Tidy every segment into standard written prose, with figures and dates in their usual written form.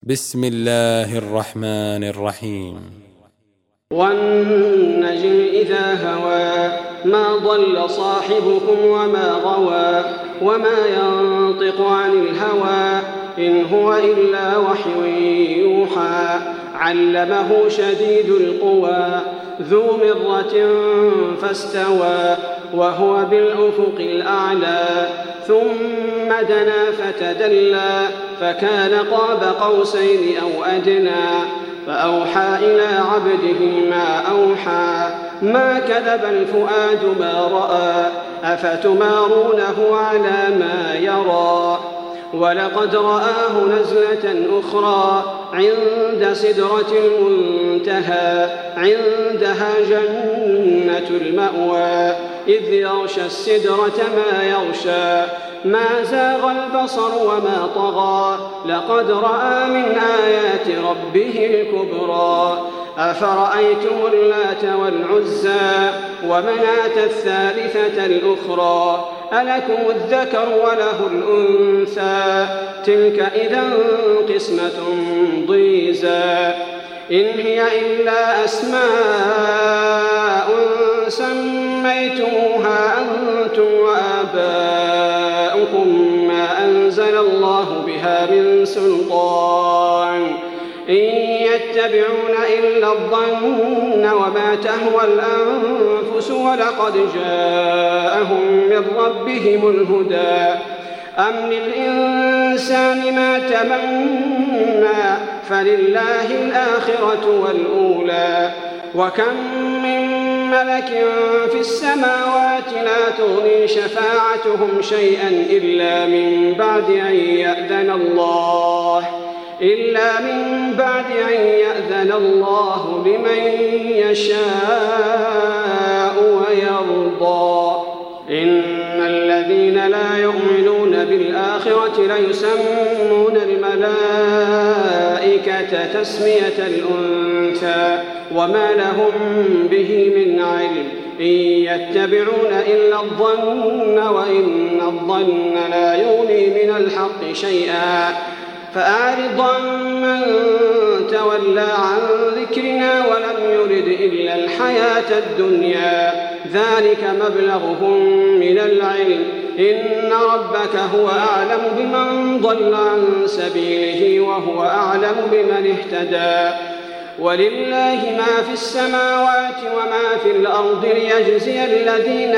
بسم الله الرحمن الرحيم. والنجم إذا هوى ما ضل صاحبكم وما غوى وما ينطق عن الهوى إن هو إلا وحي يوحى علمه شديد القوى ذو مرة فاستوى وهو بالأفق الأعلى ثم دنا فتدلى فكان قاب قوسين أو أدنى فأوحى إلى عبده ما أوحى ما كذب الفؤاد ما رأى أفتمارونه على ما يرى ولقد رآه نزلة أخرى عند سدرة المنتهى عندها جنة المأوى إذ يغشى السدرة ما يغشى ما زاغ البصر وما طغى لقد رأى من آيات ربه الكبرى أفرأيتم اللات والعزى ومناة الثالثة الأخرى ألكم الذكر وله الأنثى تلك إذا قسمة ضيزى إن هي إلا أسماء سميتموها أنتم وآباؤكم ما أنزل الله بها من سلطان إن يتبعون إلا الظن وما تهوى الأنفس ولقد جاءهم من ربهم الهدى أم للإنسان ما تمنى فلله الآخرة والأولى وكم من ملك في السماوات لا تغني شفاعتهم شيئا إلا من بعد أن يأذن الله لمن يشاء ويرضى إن الذين لا يؤمنون بالآخرة ليسمون الملائكة تسمية الأنثى وما لهم به من علم إن يتبعون إلا الظن وإن الظن لا يغني من الحق شيئا فأعرض عمن تولى عن ذكرنا ولم يرد إلا الحياة الدنيا ذلك مبلغهم من العلم إن ربك هو أعلم بمن ضل عن سبيله وهو أعلم بمن اهتدى ولله ما في السماوات وما في الأرض ليجزي الذين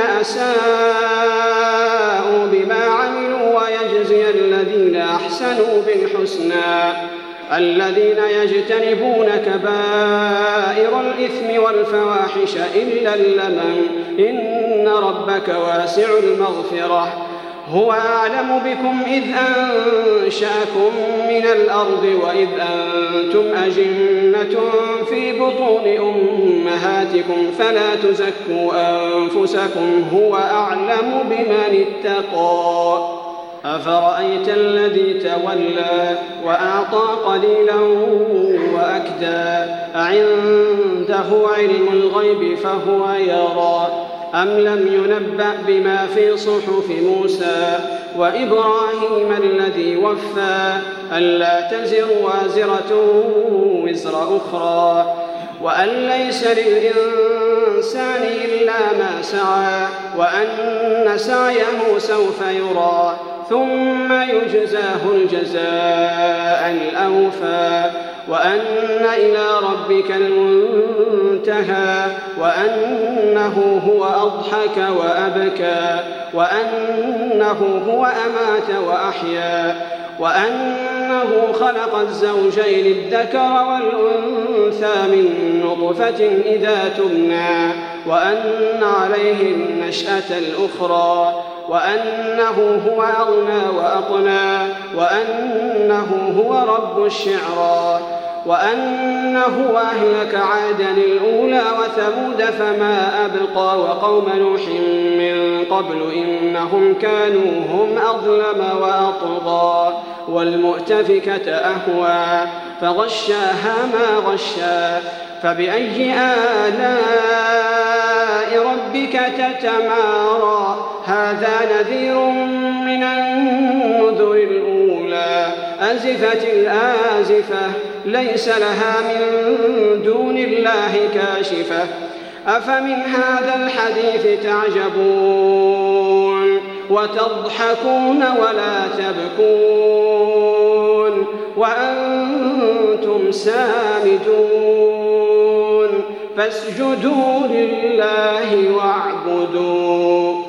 أساءوا بما عملوا ويجزي الذين أحسنوا بالحسنى الذين يجتنبون كبائر الإثم والفواحش إلا اللمم إن ربك واسع المغفرة هو أعلم بكم إذ أنشأكم من الأرض وإذ أنتم أجنة في بطون أمهاتكم فلا تزكوا أنفسكم هو أعلم بمن اتقى أفرأيت الذي تولى وأعطى قليلا وأكدى أعنده علم الغيب فهو يرى أم لم ينبأ بما في صحف موسى وإبراهيم الذي وفى ألا تزر وازرة وزر أخرى وأن ليس للإنسان إلا ما سعى وأن سعيه سوف يرى ثم يجزاه الجزاء الأوفى وأن إلى ربك المنتهى وأنه هو أضحك وأبكى وأنه هو أمات وأحيا وأنه خلق الزوجين الذكر والأنثى من نطفة إذا تمنى وأن عليه النشأة الأخرى وأنه هو أغنى وأقنى وأنه هو رب الشعرى وأنه أهلك عادا الأولى وثمود فما أبقى وقوم نوح من قبل إنهم كانوا هم أظلم وأطغى والمؤتفكة أهوى فغشاها ما غشى فبأي آلاء ربك تتمارى هذا نذير من النذر الأولى أزفت الآزفة ليس لها من دون الله كاشفة أفمن هذا الحديث تعجبون وتضحكون ولا تبكون وأنتم سامدون فاسجدوا لله واعبدوا